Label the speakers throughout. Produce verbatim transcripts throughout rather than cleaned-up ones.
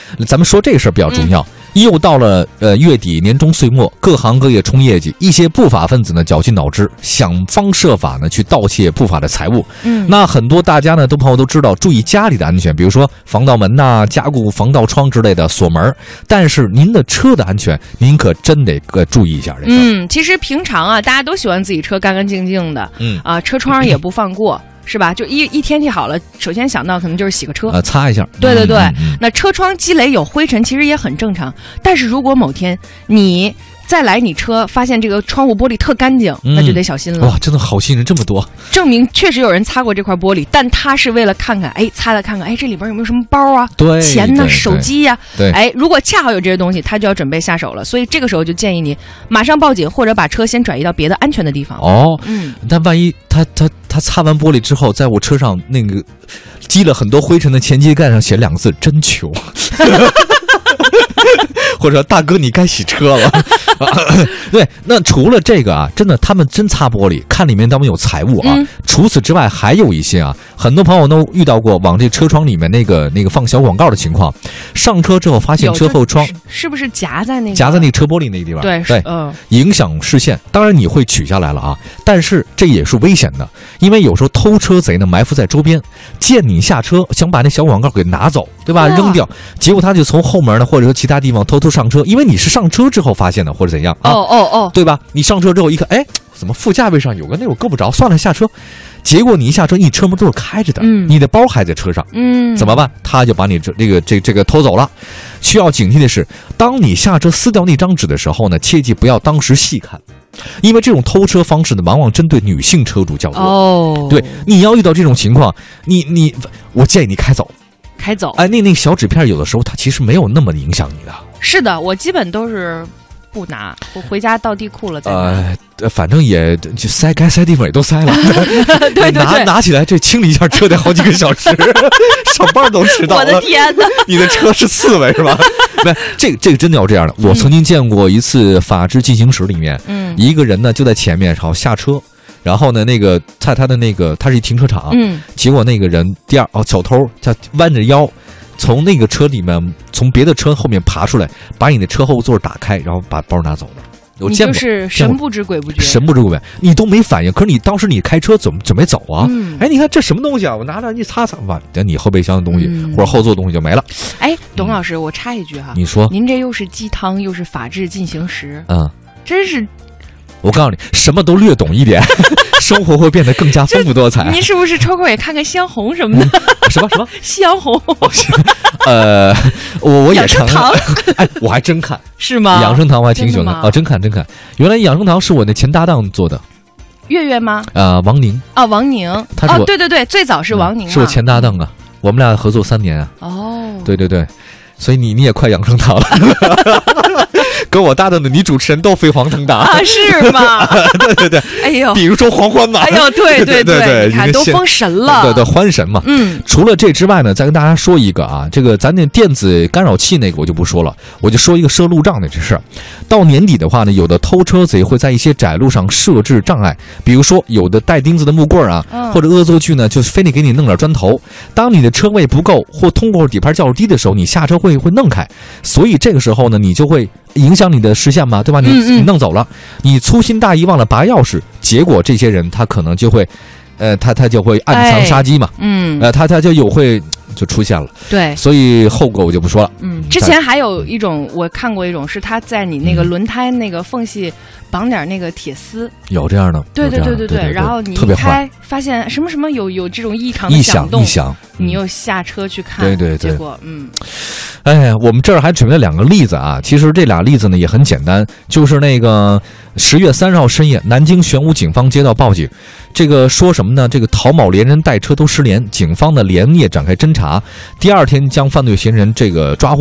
Speaker 1: 咱们说这个事儿比较重要。嗯又到了呃月底年终岁末，各行各业冲业绩，一些不法分子呢绞尽脑汁，想方设法呢去盗窃不法的财物。嗯，那很多大家呢都朋友都知道，注意家里的安全，比如说防盗门呐、啊、加固防盗窗之类的锁门。但是您的车的安全，您可真得呃注意一下。
Speaker 2: 嗯，其实平常啊，大家都喜欢自己车干干净净的，嗯啊，车窗也不放过。是吧？就一一天气好了，首先想到可能就是洗个车，
Speaker 1: 呃，擦一下。
Speaker 2: 对对对，
Speaker 1: 嗯嗯、
Speaker 2: 那车窗积累有灰尘，其实也很正常。但是如果某天你再来你车，发现这个窗户玻璃特干净，嗯、那就得小心了。
Speaker 1: 哇，真的好心人这么多，
Speaker 2: 证明确实有人擦过这块玻璃，但他是为了看看，哎，擦了看看，哎，这里边有没有什么包啊、
Speaker 1: 对
Speaker 2: 钱呢、手机呀、
Speaker 1: 啊？对，
Speaker 2: 哎，如果恰好有这些东西，他就要准备下手了。所以这个时候就建议你马上报警，或者把车先转移到别的安全的地方。
Speaker 1: 哦，嗯，但万一他他他擦完玻璃之后，在我车上那个积了很多灰尘的前机盖上写两个字“真穷”。或者说大哥你该洗车了。对，那除了这个啊，真的他们真擦玻璃，看里面当中有财物啊、嗯、除此之外还有一些啊，很多朋友都遇到过往这车窗里面那个那个放小广告的情况，上车之后发现车后窗
Speaker 2: 是, 是不是夹在那个
Speaker 1: 夹在那个车玻璃那个地方，
Speaker 2: 对
Speaker 1: 对，
Speaker 2: 嗯，
Speaker 1: 影响视线。当然你会取下来了啊，但是这也是危险的，因为有时候偷车贼呢埋伏在周边，见你下车想把那小广告给拿走，对吧，扔掉，结果他就从后门呢或者说其他地方偷偷上车，因为你是上车之后发现的或者怎样啊，
Speaker 2: 哦哦哦，
Speaker 1: 对吧，你上车之后一看，哎，怎么副驾位上有个那我够不着，算了下车，结果你一下车你车门都是开着的，嗯，你的包还在车上，嗯，怎么办？他就把你这这个这这个偷走了。需要警惕的是，当你下车撕掉那张纸的时候呢，切记不要当时细看，因为这种偷车方式呢往往针对女性车主较多。哦，对，你要遇到这种情况，你你我建议你开走。
Speaker 2: 开走，
Speaker 1: 哎，那那个小纸片有的时候它其实没有那么影响你的。
Speaker 2: 是的，我基本都是不拿，我回家倒地库了再拿。
Speaker 1: 呃，反正也就塞该塞地方也都塞了。
Speaker 2: 对对对，
Speaker 1: 拿拿起来这清理一下车得好几个小时，上班都迟到了。
Speaker 2: 我的天哪！
Speaker 1: 你的车是刺猬是吧？不，这个这个真的要这样的。我曾经见过一次《法制进行时》里面，嗯，一个人呢就在前面，然后下车。然后呢，那个在他的那个，他是一停车场，嗯，结果那个人第二哦，小偷他弯着腰，从那个车里面，从别的车后面爬出来，把你的车后座打开，然后把包拿走了。我见过，
Speaker 2: 你就是神不知鬼不觉，
Speaker 1: 神不知鬼不觉，你都没反应。可是你当时你开车准准备走啊，嗯、哎，你看这什么东西啊？我拿着你擦擦吧，等你后备箱的东西、嗯、或者后座的东西就没了。
Speaker 2: 哎，董老师，嗯、我插一句哈，
Speaker 1: 你说，
Speaker 2: 您这又是鸡汤又是法制进行时，
Speaker 1: 嗯，
Speaker 2: 真是。
Speaker 1: 我告诉你，什么都略懂一点，生活会变得更加丰富多彩。
Speaker 2: 您是不是抽空也看看夕阳红什么的？
Speaker 1: 嗯、什么什么？
Speaker 2: 夕阳红？
Speaker 1: 呃，我我也
Speaker 2: 看。养生堂？
Speaker 1: 哎，我还真看。
Speaker 2: 是吗？
Speaker 1: 养生堂我还挺喜欢的啊、哦，真看真看。原来养生堂是我那前搭档做的。
Speaker 2: 月月吗？
Speaker 1: 啊、呃，王宁。
Speaker 2: 哦，王宁。
Speaker 1: 他是我、
Speaker 2: 哦、对对对，最早是王宁、啊
Speaker 1: 嗯，是我前搭档啊。我们俩合作三年啊。
Speaker 2: 哦。
Speaker 1: 对对对，所以你你也快养生堂了。跟我搭档的女主持人都飞黄腾达
Speaker 2: 啊，是吗？
Speaker 1: 对对对，
Speaker 2: 哎呦，
Speaker 1: 比如说黄欢嘛，
Speaker 2: 哎呦，对对
Speaker 1: 对对，
Speaker 2: 你看都封神了，
Speaker 1: 对对，欢神嘛。
Speaker 2: 嗯，
Speaker 1: 除了这之外呢，再跟大家说一个啊，这个咱那电子干扰器那个我就不说了，我就说一个设路障的这事儿。到年底的话呢，有的偷车贼会在一些窄路上设置障碍，比如说有的带钉子的木棍啊，嗯、或者恶作剧呢，就非得给你弄点砖头。当你的车位不够或通过底盘较低的时候，你下车会会弄开，所以这个时候呢，你就会影响你的视线嘛，对吧？你你弄走了，你粗心大意忘了拔钥匙，结果这些人他可能就会，呃，他他就会暗藏杀机嘛，
Speaker 2: 嗯，
Speaker 1: 呃，他他就有会就出现了，
Speaker 2: 对，
Speaker 1: 所以后果我就不说了。
Speaker 2: 嗯，之前还有一种我看过一种是他在你那个轮胎那个缝隙绑点那个铁丝，
Speaker 1: 有这样的，
Speaker 2: 对对对对对，然后你一开发现什么什么有有这种异常的响动，
Speaker 1: 异响，
Speaker 2: 你又下车去看，
Speaker 1: 对对对，
Speaker 2: 结果嗯。
Speaker 1: 哎，我们这儿还准备了两个例子啊。其实这俩例子呢也很简单，就是那个十月三十号深夜，南京玄武警方接到报警，这个说什么呢？这个陶某连人带车都失联，警方呢连夜展开侦查，第二天将犯罪嫌疑人这个抓获。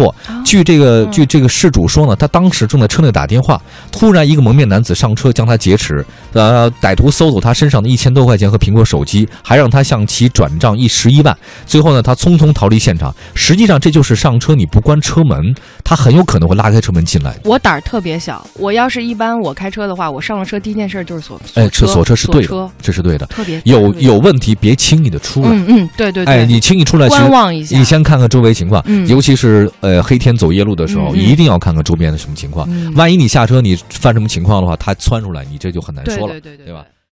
Speaker 1: 据这个据这个事主说呢，他当时正在车内打电话，突然一个蒙面男子上车将他劫持，呃，歹徒搜走他身上的一千多块钱和苹果手机，还让他向其转账一十一万。最后呢，他匆匆逃离现场。实际上这就是上车你不关车门，他很有可能会拉开车门进来。
Speaker 2: 我胆儿特别小，我要是一般我开车的话，我上了车第一件事就是锁锁车。
Speaker 1: 哎，这锁车是对的，
Speaker 2: 锁车
Speaker 1: 这是对的。
Speaker 2: 特别
Speaker 1: 有有问题别轻易的出来。
Speaker 2: 嗯嗯，对对对。
Speaker 1: 哎，你轻易出来，
Speaker 2: 观望一下，
Speaker 1: 你先看看周围情况，
Speaker 2: 嗯、
Speaker 1: 尤其是呃黑天走夜路的时候，嗯、一定要看看周边的什么情况。嗯、万一你下车你犯什么情况的话，他窜出来，你这就很难说了，
Speaker 2: 对对对对对，
Speaker 1: 对吧？